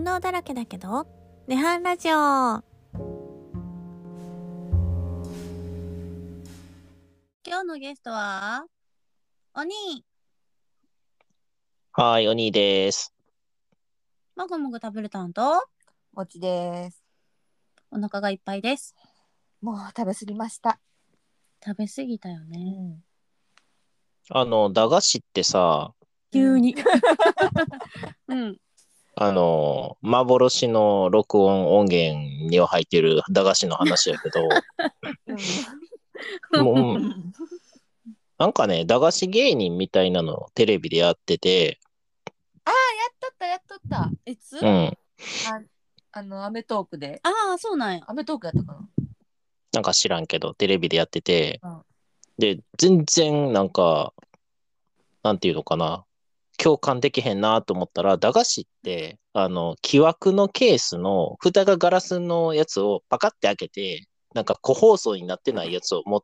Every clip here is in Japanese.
能だらけだけど、ネハンラジオ。今日のゲストは、お兄。 はい、お兄です。 もぐもぐ食べるたんと、 もちです。 お腹がいっぱいです。 もう食べ過ぎました。 食べ過ぎたよね。 駄菓子ってさ、 急に。うん。 幻の録音源には入ってる駄菓子の話やけど、もう、なんかね、駄菓子芸人みたいなのテレビでやってて、 やっとった。いつ？ うん。 アメトークで。 ああ、そうなんや。 アメトークやったかな。 なんか知らんけど、テレビでやってて、 うん、 で、全然なんか、なんていうのかな、共感できへんなと思ったら、駄菓子って、木枠のケースの蓋がガラスのやつをパカって開けて、なんか個包装になってないやつを持って、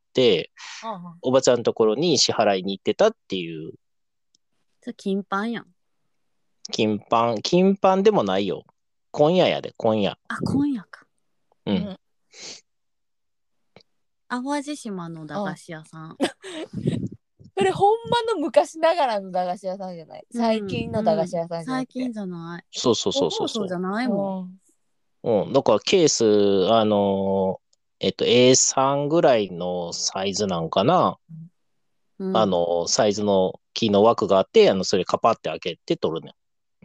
おばちゃんのところに支払いに行ってたっていう。 それ金パンやん。 金パンでもないよ。今夜やで、今夜。 あ、今夜か。 うん。 淡路島の駄菓子屋さん。 それほんまの昔ながらの駄菓子屋さんじゃない？最近の駄菓子屋さんじゃなくて。 最近じゃない。 そう。 そうじゃないもん。うん。だからケース、A3 ぐらいのサイズなんかな。サイズの木の枠があって、それカパって開けて取るね。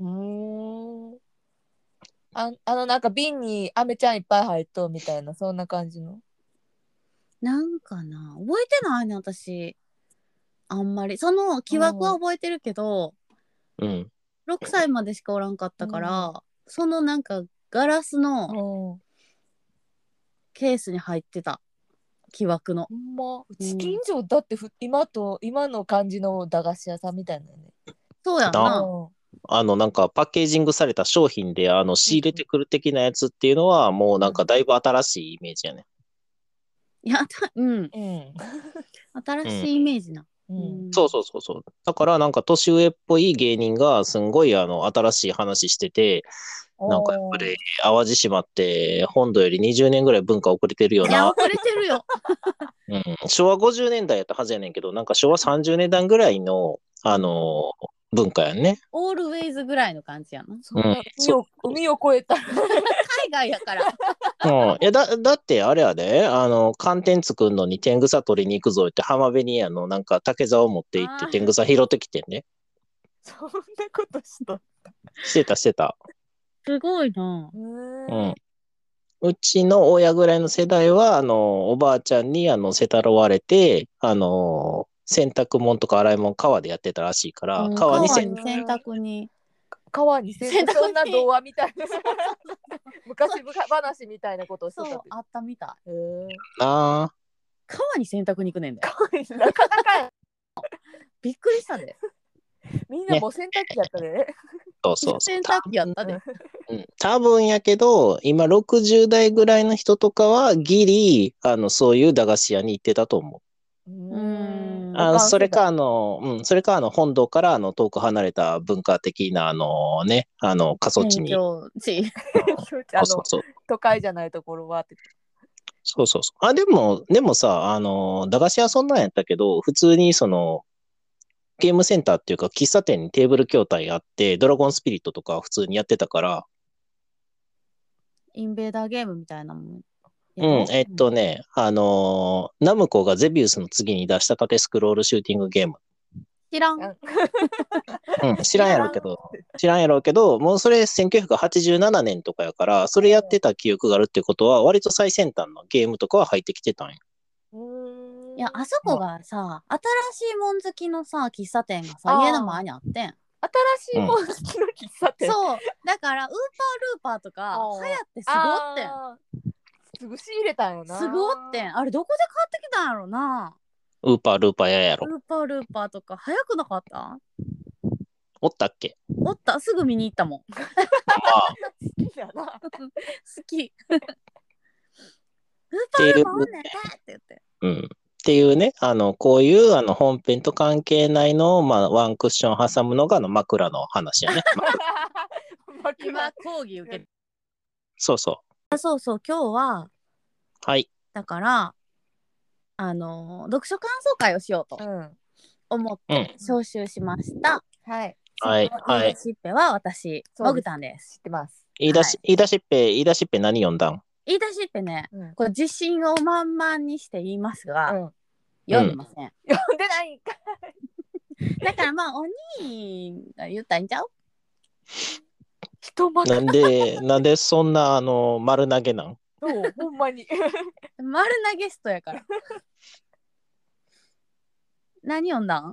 なんか瓶に飴ちゃんいっぱい入っとうみたいな、そんな感じの。 なんかな、覚えてないね、私。あんまり。その木枠は覚えてるけど、6歳までしかおらんかったから、そのなんかガラスのケースに入ってた。木枠の。 うち近所だって今の感じの駄菓子屋さんみたいなね。 そうやんな。 なんかパッケージングされた商品で、仕入れてくる的なやつっていうのは、もうなんかだいぶ新しいイメージやね。 いや、新しいイメージな。 そう。だからなんか年上っぽい芸人がすんごい新しい話してて、なんかやっぱり淡路島って本土より20年ぐらい文化遅れてるよな。 いや、遅れてるよ。 昭和50年代やったはずやねんけど、なんか昭和30年代ぐらいの、文化やんね。 オールウェイズぐらいの感じやな。 海を越えた。 海外やから。 いやだってあれやで、寒天作るのに天草取りに行くぞって浜辺になんか竹竿を持って行って天草拾ってきてんね。 そんなことしてた。 すごいな。 うちの親ぐらいの世代は、おばあちゃんにせたろわれて、洗濯物とか洗い物川でやってたらしいから、 川に洗濯に。 川に洗濯、そんな童話みたいな昔話みたいなことをしてたって。 そう、あったみたい。 川に洗濯に行くねんだよ。 なかなかびっくりしたで。 みんなもう洗濯機やったで。 そう。 洗濯機やったで。 多分やけど、今60代ぐらいの人とかはギリ、そういう駄菓子屋に行ってたと思う。それか本土から遠く離れた文化的な過疎地に。 都会じゃないところはって。 そう。でもさ、駄菓子屋そんなんやったけど、普通にゲームセンターっていうか喫茶店にテーブル筐体あって、ドラゴンスピリットとか普通にやってたから。 インベーダーゲームみたいなもん。 ナムコがゼビウスの次に出した縦スクロールシューティングゲーム。 知らん。 知らんやろうけど、もうそれ1987年とかやから、それやってた記憶があるってことは、割と最先端のゲームとかは入ってきてたんや。 いや、あそこがさ、新しいもん好きのさ、喫茶店がさ、家の前にあってん。 新しいもん好きの喫茶店。 そう。だから、ウーパールーパーとか、流行ってすごってん。 すぐ仕入れたんよな。 すごってん。あれ、どこで買ってきたんやろな。 ウーパールーパーやろ。 ウーパールーパーとか、早くなかった？ おったっけ？ おった。すぐ見に行ったもん。好きだな。 好き。ウーパールーパーおんねんてって言って。 っていうね、こういう本編と関係ないのを、ワンクッション挟むのが枕の話やね。 今講義受けて。 そうそそうそう、今日はう。はい。 だから読書感想会をしようと思って招集しました。 はい。 はい。はい。 しっぺは私、もぐたんです。 知ってます。 言い出しっぺ何読んだん？ 言い出しっぺね、これ自信を満々にして言いますが、読んでません。 読んでないんかい。だからまあ、お兄が言ったんちゃう？ なんでそんな丸投げなん？ そう、ほんまに。 丸投げストやから。何読んだん？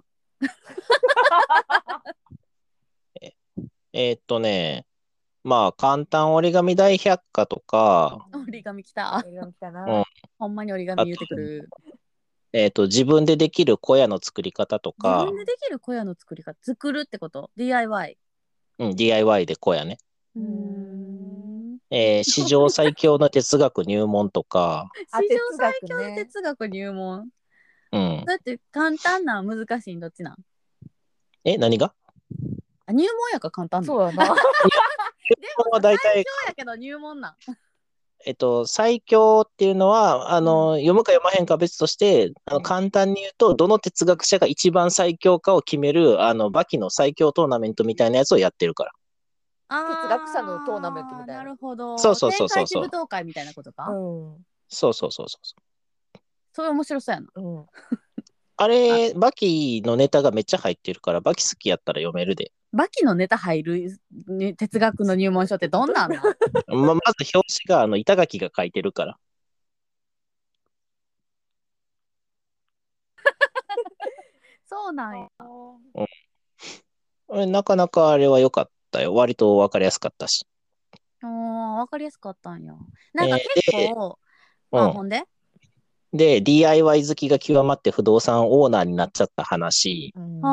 まあ、簡単折り紙大百科とか、 折り紙きた。 な。 ほんまに折り紙言うてくる。 自分でできる小屋の作り方とか。 自分でできる小屋の作り方。作るってこと？ DIY。 DIY で小屋ね。史上最強の哲学入門とか。 史上最強の哲学入門。だって簡単な難しいどっちなん？ 何が？ 入門やから簡単な。 そうやな。でも最強やけど入門なん。 最強っていうのは読むか読まへんか別として簡単に言うとどの哲学者が一番最強かを決めるバキの最強トーナメントみたいなやつをやってるから。 哲学者のトーナメントみたいな。 なるほど。 そう。 天下一武道会みたいなことか。 そう。 それ面白そうやな。 あれバキのネタがめっちゃ入ってるからバキ好きやったら読めるで。 バキのネタ入る哲学の入門書ってどんなんの？ まず表紙が板垣が書いてるから。 そうなんや。なかなかあれは良かったよ。割と分かりやすかったし。 分かりやすかったんや。なんか結構、ほんでで、DIY 好きが極まって不動産オーナーになっちゃった話。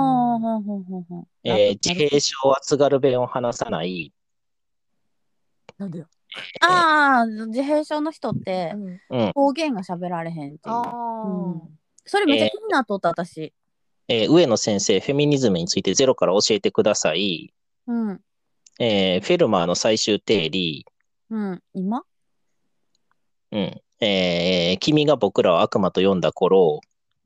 自閉症は津軽弁を話さない。 なんでよ。 自閉症の人って方言が喋られへんっていう。それめっちゃ気になっとった、私。 上野先生、フェミニズムについてゼロから教えてください。フェルマーの最終定理。 今？ 君が僕らを悪魔と呼んだ頃。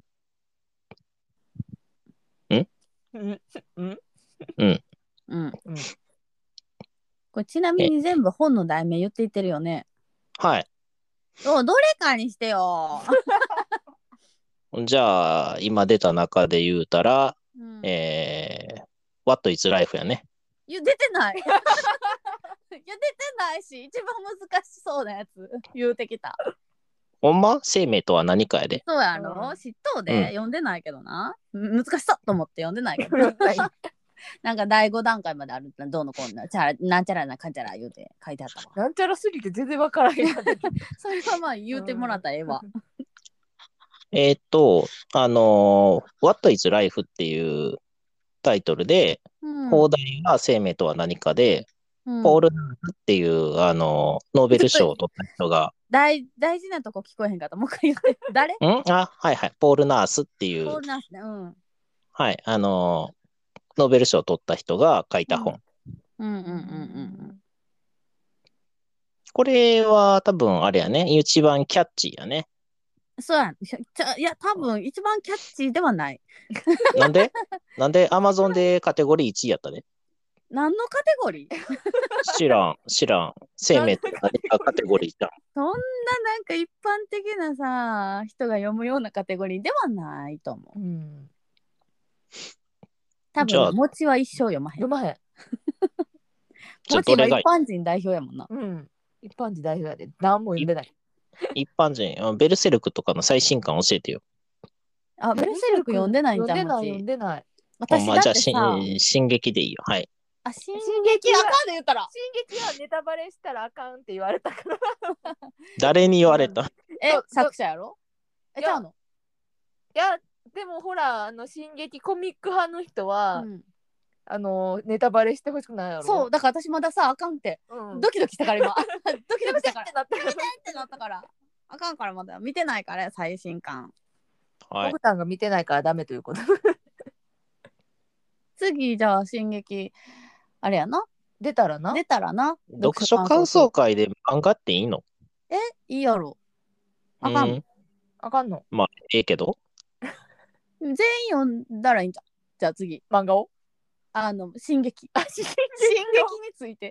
これちなみに全部本の題名言っていってるよね。 はい。 どれかにしてよ。 じゃあ、今出た中で言うたら、What is Life やね。 出てない。出てないし、一番難しそうなやつ言うてきた。 ほんま？生命とは何かやで。 そうやろ？知っとうで、読んでないけどな。難しそうと思って読んでないけど。なんか第5段階まであるどうのこうのなんちゃらなかんちゃら言うて書いてあったわ。 なんちゃらすぎて全然わからへん。 それはまあ言うてもらったらええわ。 What is Life っていうタイトルで、放題は生命とは何かで、ポール・ナースっていうノーベル賞を取った人が大事なとこ聞こえへんかった。もう一回言って。誰？ はいはい。ポール・ナースっていう。 ポール・ナースね。 はい。ノーベル賞を取った人が書いた本。これは多分あれやね。一番キャッチーやね。 そうや。いや、多分一番キャッチーではない。 なんでAmazon でカテゴリー1位やったね。 何のカテゴリー？ 知らん。生命って何かカテゴリーじゃん。 そんななんか一般的なさ、人が読むようなカテゴリーではないと思う。多分、もちは一生読まへん。もちは一般人代表やもんな。 一般人代表やで。何も読んでない。 一般人、ベルセルクとかの最新刊教えてよ。 ベルセルク読んでないんじゃん。 読んでない。 私だってさ、 じゃあ進撃でいいよ。はい。 進撃あかんで言ったら。 進撃はネタバレしたらあかんって言われたから。 誰に言われた？ 作者やろ？ちゃうの？ いや、でもほら、進撃コミック派の人は、ネタバレしてほしくないやろ。 そう、だから私まださ、あかんって。ドキドキしたから今。ドキドキしたから。見てってなったから。あかんからまだ見てないから最新刊。 はい。奥さんが見てないからダメということ。 次じゃあ進撃あれやな。 出たらな。 出たらな。 読書感想会で漫画っていいの？ いいやろ。あかん。 あかんの。 まあ、ええけど。 全員読んだらいいんじゃん。じゃあ次。 漫画を進撃。進撃について。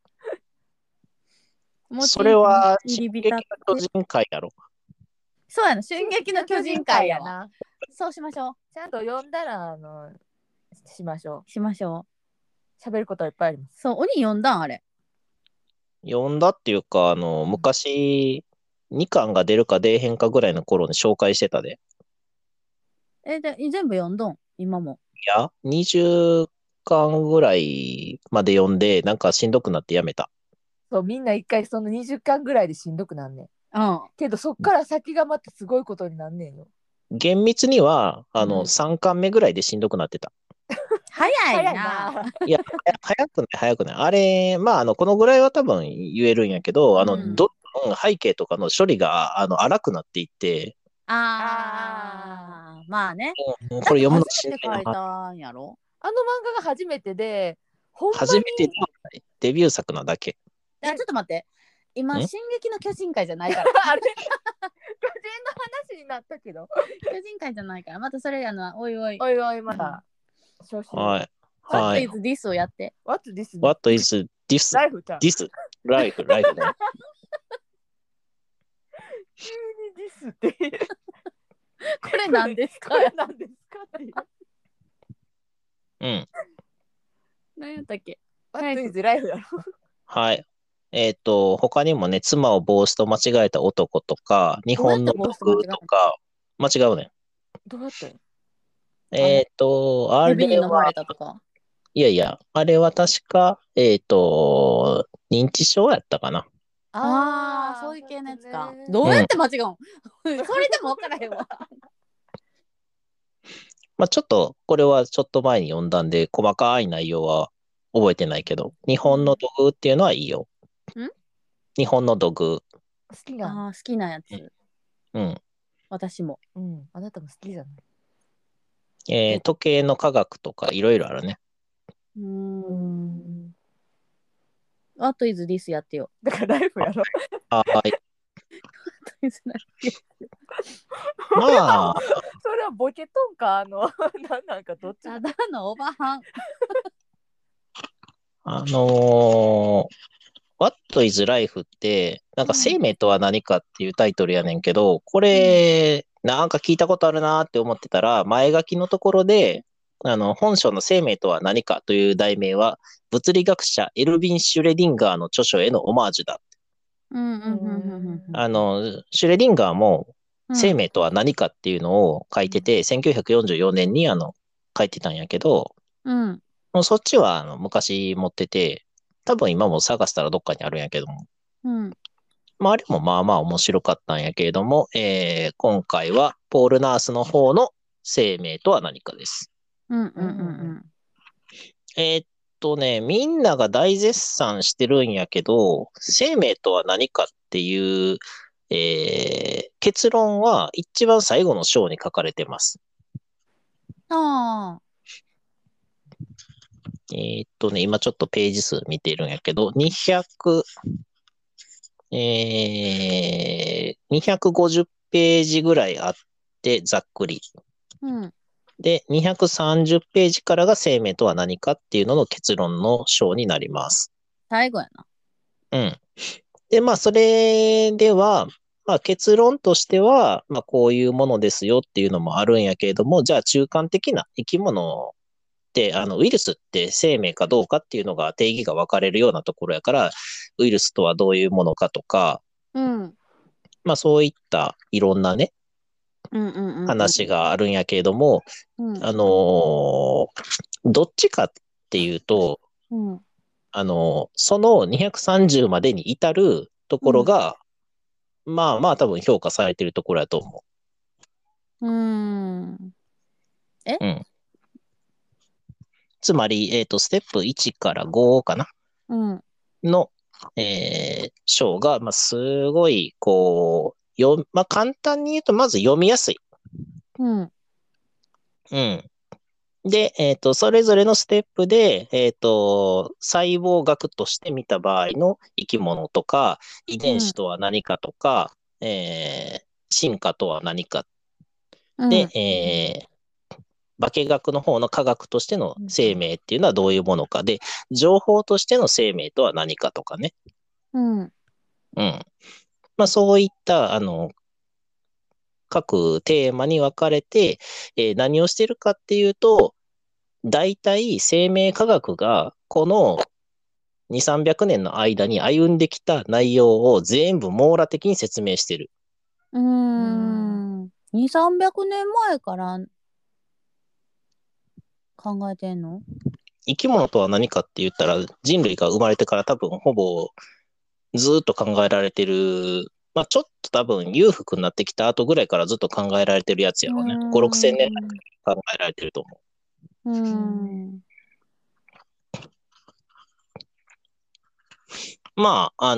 それは、進撃の巨人会やろ。 そうやな、進撃の巨人会やな。そうしましょう。 ちゃんと読んだら、しましょう。しましょう。喋ることはいっぱいあります。 そう、鬼読んだんあれ。 読んだっていうか、昔、2巻が出るか出えへんかぐらいの頃に紹介してたで。 で、全部読んどん今も。 いや、20巻ぐらいまで読んで、なんかしんどくなってやめた。 そう、みんな一回その20巻ぐらいでしんどくなんねん。けどそっから先がまたすごいことになんねんよ。 厳密には、3巻目ぐらいでしんどくなってた。 早いな。 いや、早くない。あれ、まあ、このぐらいは多分言えるんやけど、どんどん背景とかの処理が、荒くなっていって、 まあね。 これ読むの初めて書いたんやろ？ あの漫画が初めてで、 初めてデビュー作なだけ。 ちょっと待って。今、進撃の巨人会じゃないから。 あれ巨人の話になったけど。 巨人会じゃないから。またそれ、おいおい。 おいおい、まだ。 はい。 What is this をやって。 What is this? What is this? ライフちゃん。 this? ライフね。 急にディスって。 これ何ですか？ これ何ですかっていう。 何やったっけ？ What is life やろ。 はい。他にもね、妻を帽子と間違えた男とか、日本の毒とか、間違うねん。 どうやって？ あれは、いやいや、あれは確か、認知症やったかな。 そういう系のやつか。どうやって間違うん？それでも分からへんわ。 まあちょっと、これはちょっと前に読んだんで、細かい内容は覚えてないけど、日本の土偶っていうのはいいよ。日本の土偶。 好きなやつ。私も。 あなたも好きじゃない。 時計の科学とかいろいろあるね。 What is this やってよ。 だからライフやろ。 はい。まあ。 それはボケとんか、なんかどっちただのおばはん。 What is life って、なんか生命とは何かっていうタイトルやねんけど、これ、なんか聞いたことあるなって思ってたら、前書きのところで、本書の生命とは何かという題名は、物理学者エルヴィン・シュレディンガーの著書へのオマージュだ。シュレディンガーも生命とは何かっていうのを書いてて、1944年に書いてたんやけど、もうそっちは昔持ってて、多分今も探したらどっかにあるんやけども。まああれもまあまあ面白かったんやけれども、今回はポール・ナースの方の生命とは何かです。みんなが大絶賛してるんやけど、生命とは何かっていう、結論は一番最後の章に書かれてます。今ちょっとページ数見てるんやけど、250ページぐらいあって、ざっくり。で、230ページからが生命とは何かっていうのの結論の章になります。 最後やな。で、まあ、それでは、まあ、結論としては、まあ、こういうものですよっていうのもあるんやけれども、じゃあ中間的な生き物って、ウイルスって生命かどうかっていうのが定義が分かれるようなところやから、ウイルスとはどういうものかとか、まあ、そういったいろんなね、話があるんやけれども、どっちかっていうと、その230までに至るところが、まあまあ多分評価されてるところやと思う。つまり、ステップ1から5かな、の、章が、まあ、すごい、こう、まあ、簡単に言うと、まず読みやすい。 で、それぞれのステップで、細胞学として見た場合の生き物とか、遺伝子とは何かとか、進化とは何か。で、化学の方の科学としての生命っていうのはどういうものかで、情報としての生命とは何かとかね。まあそういった、各テーマに分かれて、何をしてるかっていうと、大体生命科学がこの2、300年の間に歩んできた内容を全部網羅的に説明してる。 2、300年前から考えてんの？ 生き物とは何かって言ったら、人類が生まれてから多分ほぼずっと考えられてる、まあちょっと多分裕福になってきた後ぐらいからずっと考えられてるやつやろうね。5、6千年前考えられてると思う。まあ、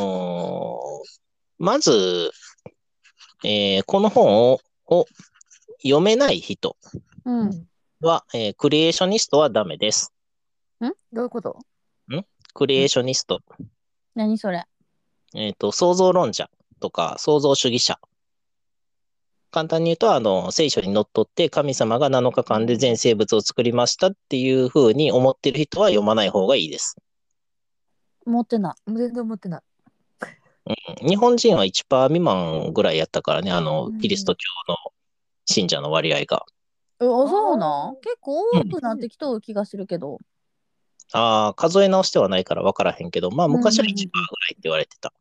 まず、この本を読めない人は、クリエーショニストはダメです。 どういうこと？ クリエーショニスト。 何それ？ 創造論者とか創造主義者。簡単に言うと、聖書にのっとって神様が7日間で全生物を作りましたっていうふうに思ってる人は読まない方がいいです。 持ってない。 全然持ってない。 日本人は 1% 未満ぐらいやったからね、キリスト教の信者の割合が。 そうなん？結構多くなってきとる気がするけど。 数え直してはないから分からへんけど、まあ昔は 1% ぐらいって言われてた。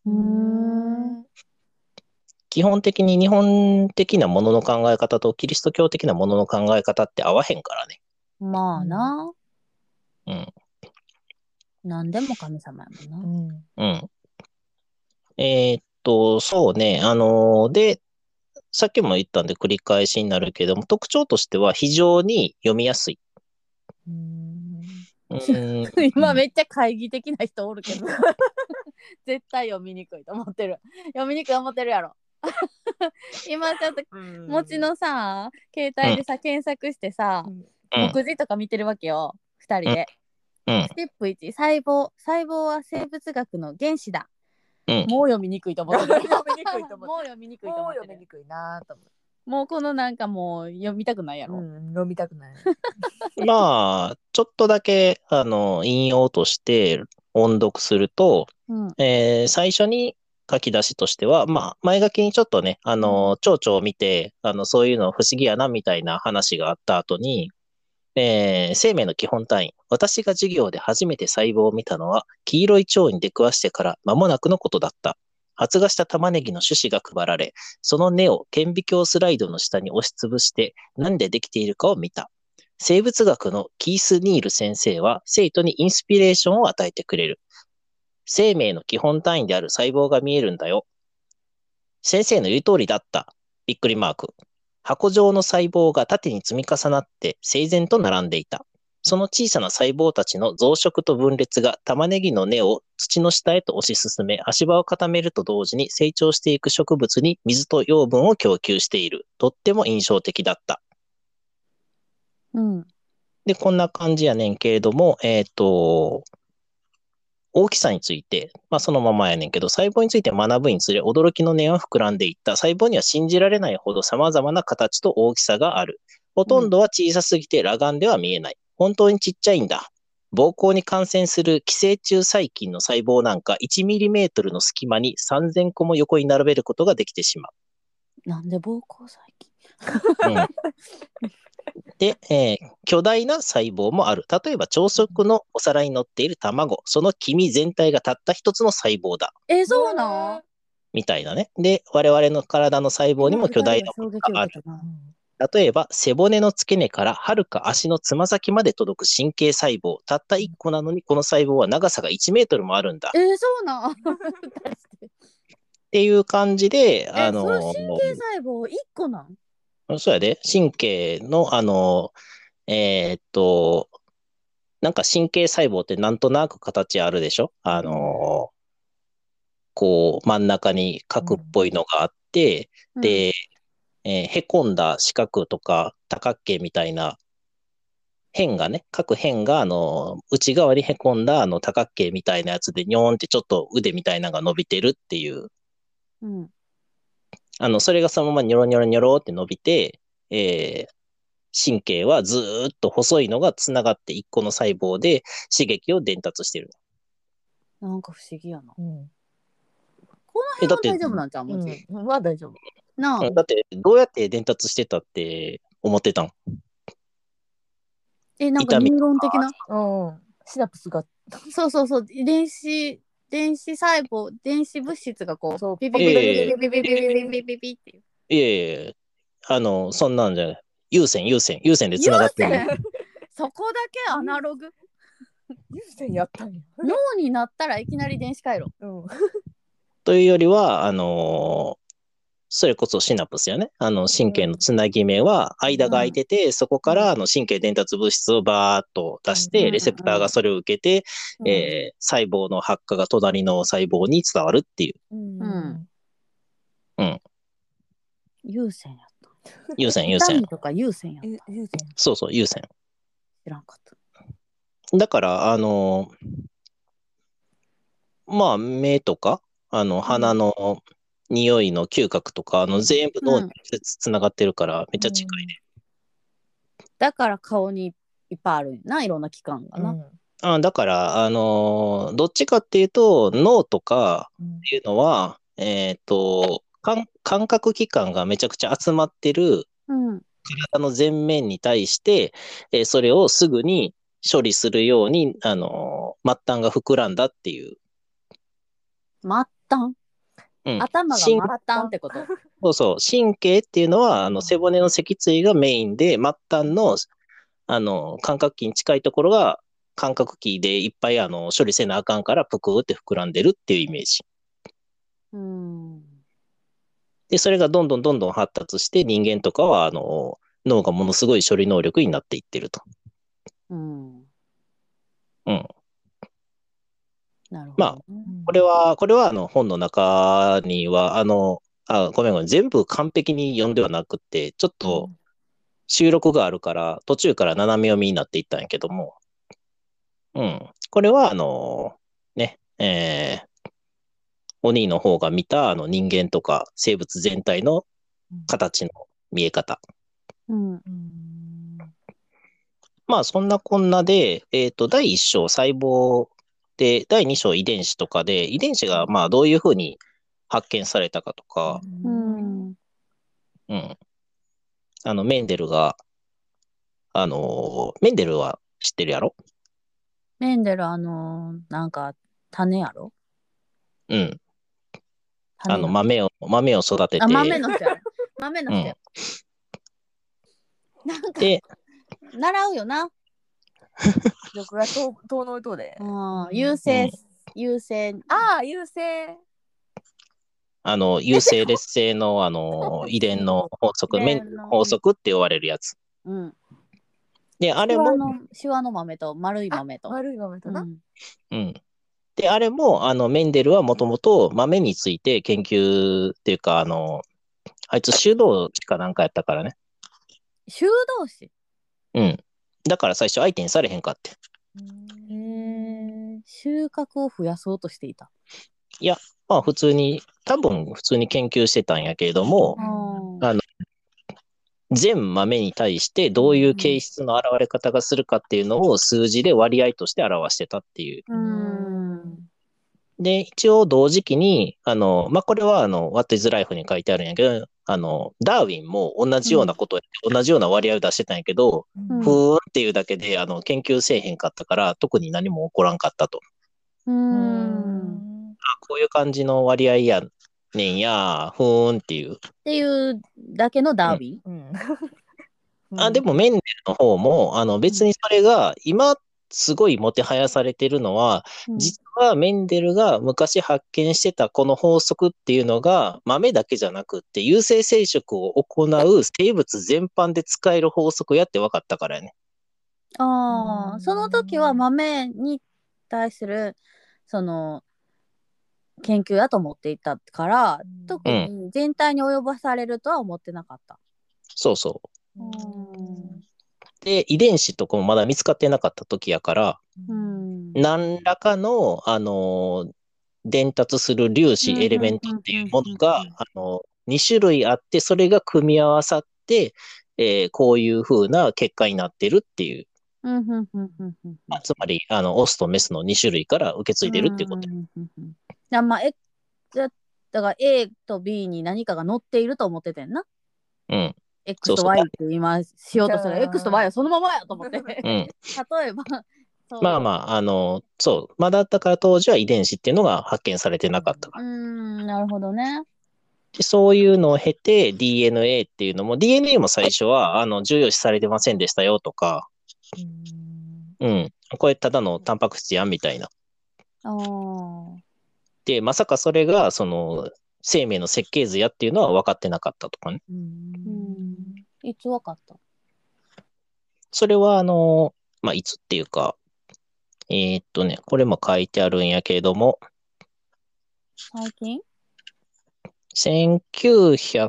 基本的に日本的なものの考え方とキリスト教的なものの考え方って合わへんからね。 まあな。何でも神様やもんな。 そうね。で、さっきも言ったんで繰り返しになるけども、特徴としては非常に読みやすい。 今めっちゃ懐疑的な人おるけど絶対読みにくいと思ってる。読みにくい思ってるやろ。今ちょっともちのさ携帯でさ、検索してさ、目次とか見てるわけよ2人で。ステップ1、細胞は生物学の原子だ。もう読みにくいと思ってる。もう読みにくいと思ってる。 読みにくいなと思う。 もうこのなんかもう読みたくないやろ。 読みたくない。 まあ、ちょっとだけ、引用として音読すると、最初に書き出しとしては、まあ、前書きにちょっとね、蝶々を見て、そういうの不思議やな、みたいな話があった後に、生命の基本単位。私が授業で初めて細胞を見たのは、黄色い蝶に出くわしてから間もなくのことだった。発芽した玉ねぎの種子が配られ、その根を顕微鏡スライドの下に押しつぶして、何でできているかを見た。生物学のキース・ニール先生は、生徒にインスピレーションを与えてくれる。生命の基本単位である細胞が見えるんだよ。先生の言う通りだった。びっくりマーク。箱状の細胞が縦に積み重なって整然と並んでいた。その小さな細胞たちの増殖と分裂が玉ねぎの根を土の下へと推し進め、足場を固めると同時に成長していく植物に水と養分を供給している。とっても印象的だった。で、こんな感じやねんけれども、大きさについて、まあそのままやねんけど、細胞について学ぶにつれ驚きの念は膨らんでいった。細胞には信じられないほど様々な形と大きさがある。ほとんどは小さすぎて裸眼では見えない。本当にちっちゃいんだ。膀胱に感染する寄生虫細菌の細胞なんか 1mm の隙間に3000個も横に並べることができてしまう。なんで膀胱細菌で、巨大な細胞もある。例えば朝食のお皿に乗っている卵、その黄身全体がたった一つの細胞だ。 そうなんみたいなね。で、我々の体の細胞にも巨大なものがある。例えば、背骨の付け根からはるか足のつま先まで届く神経細胞。たった1個なのに、この細胞は長さが1メートルもあるんだ。 そうなんっていう感じで、 その神経細胞1個なんそうやで、神経の、なんか神経細胞ってなんとなく形あるでしょ？こう、真ん中に角っぽいのがあって、で、へこんだ四角とか多角形みたいな辺がね、各辺が、内側にへこんだ、多角形みたいなやつで、ニョーンってちょっと腕みたいなのが伸びてるっていう。 うん。 それがそのままニョロニョロニョロって伸びて、神経はずーっと細いのがつながって一個の細胞で刺激を伝達してる。 なんか不思議やな。 うん。 この辺は大丈夫なんじゃん、もち。 まあ大丈夫。 なあ。 だって、どうやって伝達してたって思ってたん？ なんかニューロン的な。 うん。シナプスが。 そうそうそう。電子細胞、電子物質がこう、ピピピピピピピピピピピピっていう。 いえいえ、そんなんじゃない。有線で繋がってる。 そこだけアナログ。 有線やったんや。 脳になったらいきなり電子回路。 というよりは、それこそシナプスやね。神経のつなぎ目は間が空いてて、そこから神経伝達物質をバーッと出して、レセプターがそれを受けて、細胞の発火が隣の細胞に伝わるっていう。 有線やった。 有線。 痛みとか有線やった。 そうそう、有線。 知らんかった。 だから、まあ、目とか、鼻の匂いの嗅覚とか、全部脳に直接つながってるから、めっちゃ近いね。 だから顔にいっぱいあるな、いろんな器官がな。 だから、どっちかっていうと、脳とかっていうのは、感覚器官がめちゃくちゃ集まってる体の前面に対して、それをすぐに処理するように、末端が膨らんだっていう。 末端、頭が末端ってこと？ そうそう。神経っていうのは、背骨の脊椎がメインで、末端の、感覚器に近いところが、感覚器でいっぱい、処理せなあかんから、ぷくーって膨らんでるっていうイメージ。で、それがどんどん発達して、人間とかは、脳がものすごい処理能力になっていってると。 なるほど。 まあ、これは本の中には、ごめん、全部完璧に読んではなくて、ちょっと収録があるから、途中から斜め読みになっていったんやけども、これは、ね、お兄の方が見た人間とか生物全体の形の見え方。まあ、そんなこんなで、第1章細胞で、第2章遺伝子とかで、遺伝子がまあどういうふうに発見されたかとか、メンデルは知ってるやろ？ メンデル、なんか、種やろ？ 豆を育てて。 豆の人や。豆の人や。なんか、習うよな。 僕が遠の糸で。 優勢。 優勢。 優勢劣勢の遺伝の法則、メンデルの法則って言われるやつ。で、あれも、 シワの豆と丸い豆と。 丸い豆とな。 で、あれも、メンデルはもともと豆について研究っていうか、あいつ修道士かなんかやったからね。 修道士？ だから最初相手にされへんかって。 収穫を増やそうとしていた。 いや、まあ多分普通に研究してたんやけれども、全豆に対してどういう形質の現れ方がするかっていうのを数字で割合として表してたっていう。で、一応同時期に、まあ、これはWhat is Life に書いてあるんやけど、ダーウィンも同じようなことを同じような割合を出してたんやけど、ふーんっていうだけで、研究せえへんかったから、特に何も起こらんかったと。こういう感じの割合やねんや、ふーんっていう。 っていうだけのダーウィン、でもメンデルの方も、別にそれが、今、すごいもてはやされてるのは、実はメンデルが昔発見してたこの法則っていうのが、豆だけじゃなくって、有性生殖を行う生物全般で使える法則やって分かったからね。 その時は豆に対する、その、研究やと思っていたから、特に全体に及ぼされるとは思ってなかった。 そうそう。 で、遺伝子とかもまだ見つかってなかった時やから、何らかの、伝達する粒子、エレメントっていうものが、2種類あって、それが組み合わさって、こういう風な結果になってるっていう。つまり、オスとメスの2種類から受け継いでるっていうこと。 だから A と B に何かが乗っていると思っててんな。 うん。 X と Y って今しようとしたら X と Y はそのままやと思って。例えば。 まあまあ、そう。まだだから当時は遺伝子っていうのが発見されてなかったから。 なるほどね。 でそういうのを経て DNA っていうのも、DNA も最初は重要視されてませんでしたよとか、これただのタンパク質やんみたいな。で、まさかそれがその生命の設計図やっていうのは分かってなかったとかね。 いつ分かった？ それはまあ、いつっていうか、これも書いてあるんやけれども、 最近 1953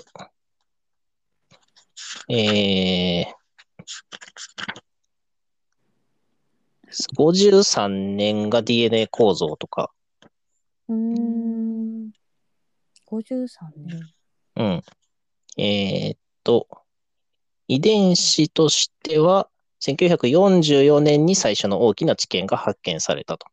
年が DNA 構造とか。 53年。 遺伝子としては、1944年に最初の大きな知見が発見されたと。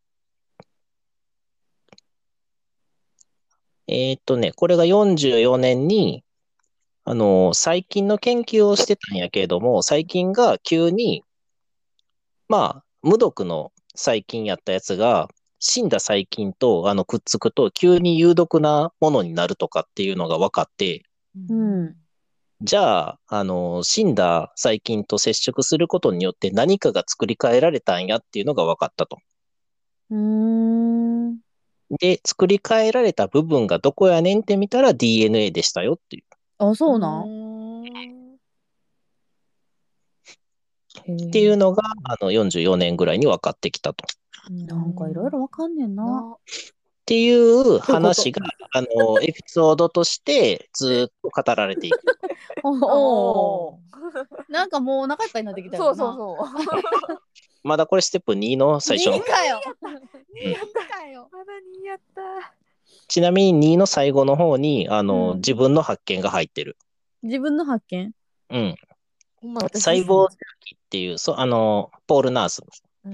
これが44年に、細菌の研究をしてたんやけれども、細菌が急に、まあ、無毒の細菌やったやつが、死んだ細菌とくっつくと急に有毒なものになるとかっていうのが分かって、じゃあ、死んだ細菌と接触することによって何かが作り変えられたんやっていうのが分かったと。で、作り変えられた部分がどこやねんって見たら DNA でしたよっていう。 あ、そうなん？ っていうのが、44年ぐらいに分かってきたと。 なんかいろいろ分かんねんな。 っていう話が、エピソードとしてずっと語られていく。 なんかもうお腹いっぱいになってきたよな。そう。 まだこれステップ2の最初の。 2かよ。 まだ2やった。 ちなみに2の最後の方に、自分の発見が入ってる。 自分の発見？ 細胞っていう、ポール・ナース。ポ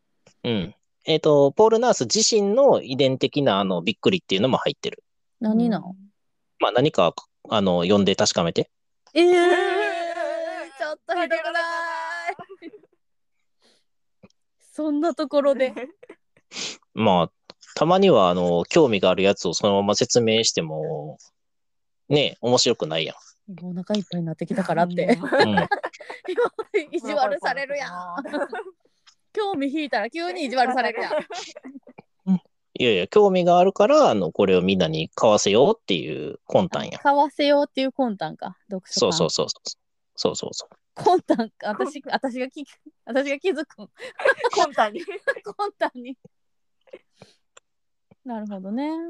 ール・ナース自身の遺伝的なびっくりっていうのも入ってる。 何なの？ まあ何か、読んで確かめて。 ちょっとひどくない？そんなところで。 まあ、たまには、興味があるやつをそのまま説明しても、ね、面白くないやん。 お腹いっぱいになってきたからって。意地悪されるやん。興味引いたら急に意地悪されるやん。 いやいや、興味があるから、これをみんなに買わせようっていう魂胆や。 買わせようっていう魂胆か。読書感。そう。 魂胆か。私が気づく。 魂胆に。 魂胆に。なるほどね。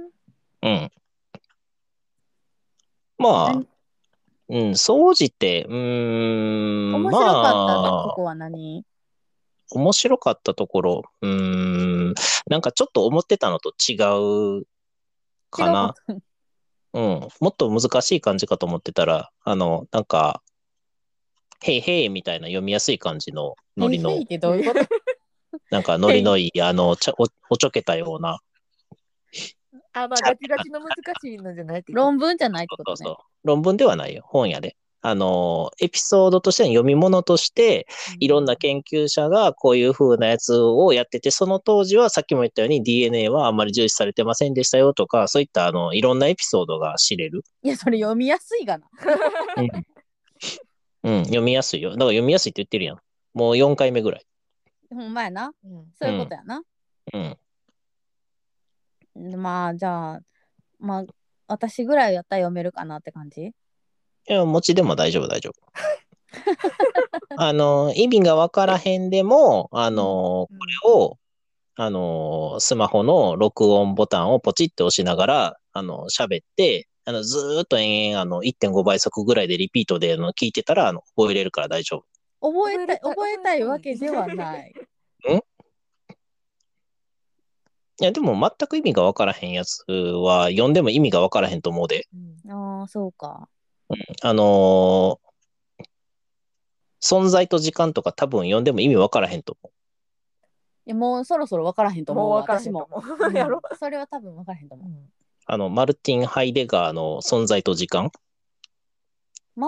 まあ、総じて、 面白かったとこは何？ 面白かったところ、なんかちょっと思ってたのと違うかな。もっと難しい感じかと思ってたら、なんか、へいへいみたいな読みやすい感じのノリの。 へいへいってどういうこと？ なんかノリのいい、おちょけたような。 まあガチガチの難しいのじゃないって論文じゃないってことね。 そう。論文ではないよ。本やで。エピソードとしての読み物として、いろんな研究者がこういう風なやつをやってて、その当時はさっきも言ったように DNA はあんまり重視されてませんでしたよとか、そういったいろんなエピソードが知れる。 いや、それ読みやすいがな。 読みやすいよ。だから読みやすいって言ってるやん。もう4回目ぐらい。 ほんまやな。そういうことやな。まあ、じゃあ、まあ、私ぐらいやったら読めるかなって感じ？ いや、持ちでも大丈夫。意味がわからへんでも、これを、スマホの録音ボタンをポチって押しながら、喋って、ずーっと延々、1.5倍速ぐらいでリピートで聞いてたら、覚えれるから大丈夫。 覚えたいわけではない。 いや、でも全く意味が分からへんやつは、読んでも意味が分からへんと思うで。 ああ、そうか。 存在と時間とか多分読んでも意味分からへんと思う。 いや、もうそろそろ分からへんと思うわ。私も。 やろそれは多分分からへんと思う。 マルティン・ハイデガーの存在と時間。